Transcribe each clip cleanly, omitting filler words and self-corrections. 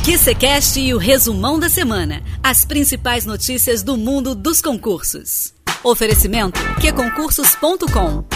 QCCast e o resumão da semana. As principais notícias do mundo dos concursos. Oferecimento qconcursos.com.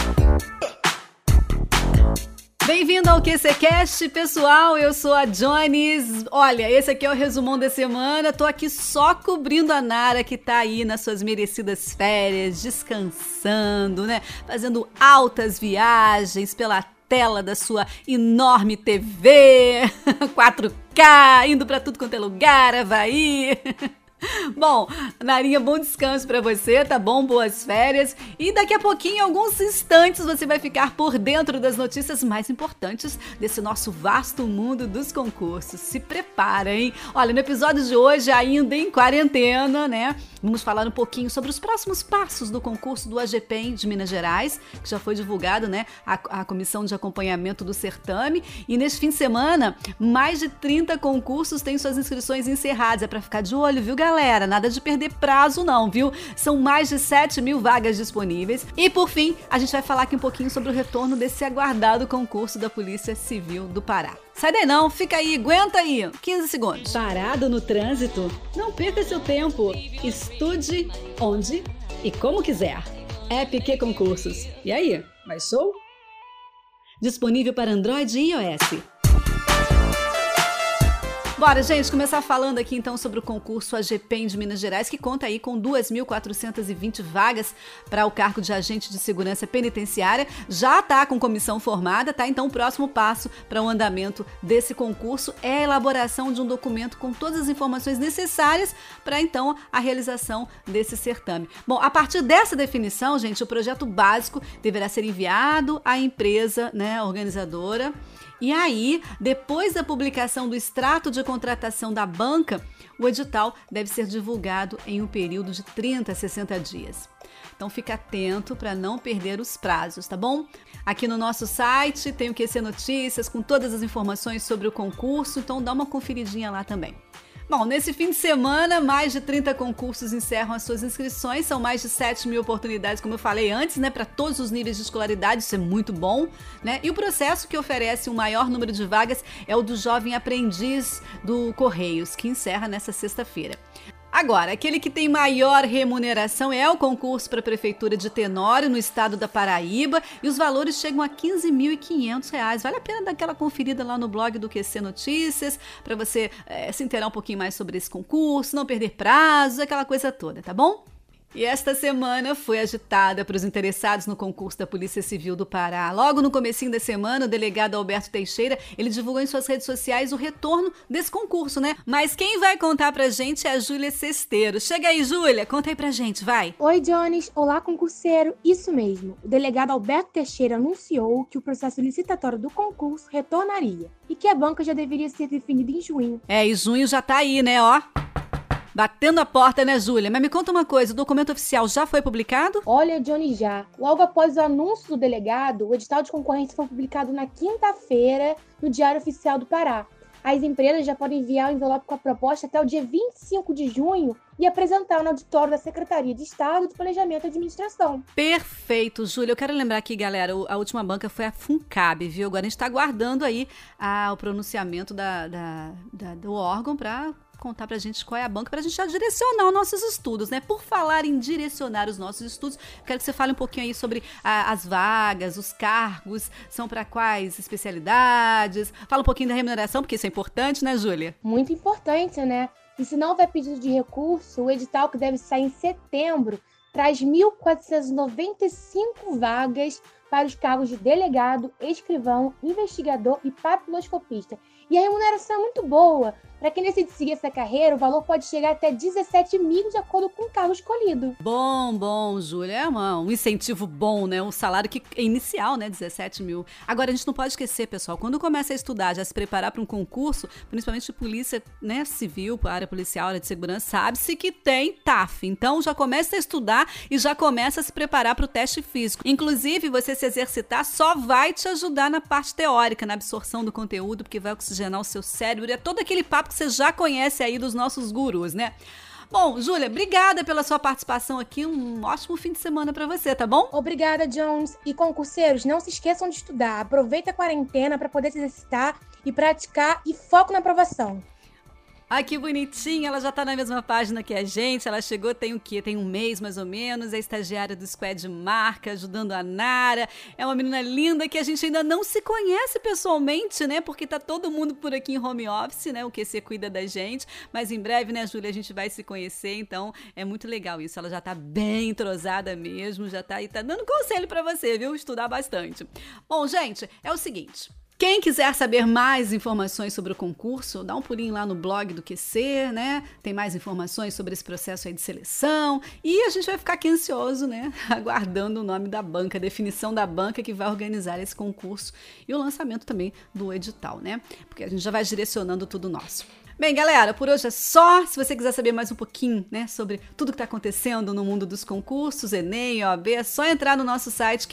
Bem-vindo ao QCCast, pessoal, eu sou a Jones. Olha, esse aqui é o resumão da semana, tô aqui só cobrindo a Nara, que tá aí nas suas merecidas férias, descansando, né? Fazendo altas viagens pela tela da sua enorme TV, 4K, indo pra tudo quanto é lugar, Havaí. Bom, Narinha, bom descanso pra você, tá bom? Boas férias. E daqui a pouquinho, em alguns instantes, você vai ficar por dentro das notícias mais importantes desse nosso vasto mundo dos concursos. Se prepara, hein? Olha, no episódio de hoje, ainda em quarentena, né? Vamos falar um pouquinho sobre os próximos passos do concurso do AGPEM de Minas Gerais, que já foi divulgado, né? A comissão de acompanhamento do certame. E neste fim de semana, mais de 30 concursos têm suas inscrições encerradas. É pra ficar de olho, viu, galera? Nada de perder prazo não, viu? São mais de 7 mil vagas disponíveis. E por fim, a gente vai falar aqui um pouquinho sobre o retorno desse aguardado concurso da Polícia Civil do Pará. Sai daí não, fica aí, aguenta aí, 15 segundos. Parado no trânsito? Não perca seu tempo. Estude onde e como quiser. App QConcursos. E aí, mais show? Disponível para Android e iOS. Bora, gente, começar falando aqui então sobre o concurso AGPEM de Minas Gerais, que conta aí com 2.420 vagas para o cargo de agente de segurança penitenciária. Já está com comissão formada, tá? Então o próximo passo para o andamento desse concurso é a elaboração de um documento com todas as informações necessárias para então a realização desse certame. Bom, a partir dessa definição, gente, o projeto básico deverá ser enviado à empresa, né, organizadora. E aí, depois da publicação do extrato de contratação da banca, o edital deve ser divulgado em um período de 30 a 60 dias. Então fica atento para não perder os prazos, tá bom? Aqui no nosso site tem o QC Notícias com todas as informações sobre o concurso, então dá uma conferidinha lá também. Bom, nesse fim de semana, mais de 30 concursos encerram as suas inscrições, são mais de 7 mil oportunidades, como eu falei antes, né, para todos os níveis de escolaridade, isso é muito bom, né? E o processo que oferece um maior número de vagas é o do jovem aprendiz do Correios, que encerra nessa sexta-feira. Agora, aquele que tem maior remuneração é o concurso para a Prefeitura de Tenório, no estado da Paraíba, e os valores chegam a R$ 15.500. Vale a pena dar aquela conferida lá no blog do QC Notícias, para você se inteirar um pouquinho mais sobre esse concurso, não perder prazos, aquela coisa toda, tá bom? E esta semana foi agitada para os interessados no concurso da Polícia Civil do Pará. Logo no comecinho da semana, o delegado Alberto Teixeira, ele divulgou em suas redes sociais o retorno desse concurso, né? Mas quem vai contar pra gente é a Júlia Sesteiro. Chega aí, Júlia, conta aí pra gente, vai. Oi, Jones. Olá, concurseiro. Isso mesmo. O delegado Alberto Teixeira anunciou que o processo licitatório do concurso retornaria e que a banca já deveria ser definida em junho. E junho já tá aí, né, ó. Batendo a porta, né, Júlia? Mas me conta uma coisa, o documento oficial já foi publicado? Olha, Johnny, já. Logo após o anúncio do delegado, o edital de concorrência foi publicado na quinta-feira no Diário Oficial do Pará. As empresas já podem enviar o envelope com a proposta até o dia 25 de junho e apresentar no auditório da Secretaria de Estado de Planejamento e Administração. Perfeito, Júlia. Eu quero lembrar aqui, galera, a última banca foi a FUNCAB, viu? Agora a gente está aguardando aí o pronunciamento do órgão para contar pra gente qual é a banca, pra gente já direcionar os nossos estudos, né? Por falar em direcionar os nossos estudos, quero que você fale um pouquinho aí sobre as vagas, os cargos, são para quais especialidades, fala um pouquinho da remuneração, porque isso é importante, né, Júlia? Muito importante, né? E se não houver pedido de recurso, o edital que deve sair em setembro traz 1.495 vagas para os cargos de delegado, escrivão, investigador e papiloscopista. E a remuneração é muito boa. Para quem decide seguir essa carreira, o valor pode chegar até 17 mil de acordo com o cargo escolhido. Bom, Júlia, é um incentivo bom, né? Um salário que é inicial, né? 17 mil. Agora, a gente não pode esquecer, pessoal, quando começa a estudar, já se preparar para um concurso, principalmente de polícia, né, civil, para a área policial, área de segurança, sabe-se que tem TAF. Então, já começa a estudar e já começa a se preparar para o teste físico. Inclusive, você se exercitar só vai te ajudar na parte teórica, na absorção do conteúdo, porque vai oxigenar o seu cérebro. É todo aquele papo que você já conhece aí dos nossos gurus, né? Bom, Júlia, obrigada pela sua participação aqui. Um ótimo fim de semana para você, tá bom? Obrigada, Jones. E concurseiros, não se esqueçam de estudar. Aproveita a quarentena para poder se exercitar e praticar e foco na aprovação. Ah, que bonitinha, ela já tá na mesma página que a gente, ela chegou tem o quê? Tem um mês mais ou menos, é estagiária do Squad Marca, ajudando a Nara, é uma menina linda que a gente ainda não se conhece pessoalmente, né, porque tá todo mundo por aqui em home office, né, o QC cuida da gente, mas em breve, né, Júlia, a gente vai se conhecer, então é muito legal isso, ela já tá bem entrosada mesmo, já tá aí, tá dando conselho pra você, viu, estudar bastante. Bom, gente, é o seguinte... Quem quiser saber mais informações sobre o concurso, dá um pulinho lá no blog do QC, né? Tem mais informações sobre esse processo aí de seleção. E a gente vai ficar aqui ansioso, né? Aguardando o nome da banca, a definição da banca que vai organizar esse concurso e o lançamento também do edital, né? Porque a gente já vai direcionando tudo nosso. Bem, galera, por hoje é só. Se você quiser saber mais um pouquinho, né, sobre tudo que está acontecendo no mundo dos concursos, Enem, OAB, é só entrar no nosso site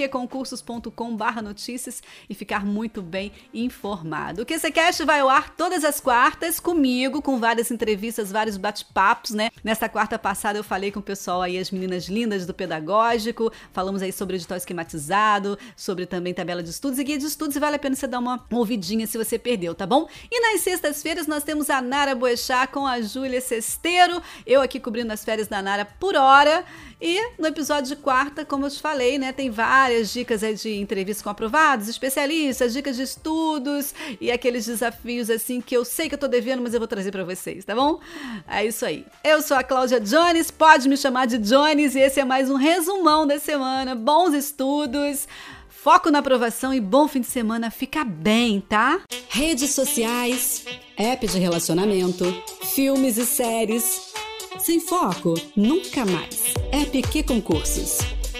qconcursos.com/notícias e ficar muito bem informado. O QCCast vai ao ar todas as quartas comigo, com várias entrevistas, vários bate-papos, né? Nessa quarta passada eu falei com o pessoal aí, as meninas lindas do Pedagógico, falamos aí sobre edital esquematizado, sobre também tabela de estudos e guia de estudos, e vale a pena você dar uma ouvidinha se você perdeu, tá bom? E nas sextas-feiras nós temos a Nara Boechat com a Júlia Sesteiro, eu aqui cobrindo as férias da Nara por hora. E no episódio de quarta, como eu te falei, né, tem várias dicas aí de entrevistas com aprovados, especialistas, dicas de estudos e aqueles desafios assim que eu sei que eu tô devendo, mas eu vou trazer pra vocês, tá bom? É isso aí. Eu sou a Cláudia Jones, pode me chamar de Jones, e esse é mais um resumão da semana. Bons estudos, foco na aprovação e bom fim de semana. Fica bem, tá? Redes sociais, app de relacionamento, filmes e séries. Sem foco, nunca mais. App QConcursos.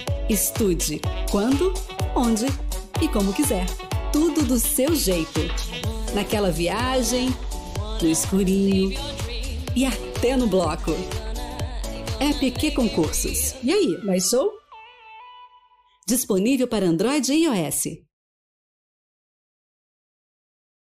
Estude quando, onde e como quiser. Tudo do seu jeito. Naquela viagem, no escurinho e até no bloco. App QConcursos. E aí, baixou? Disponível para Android e iOS.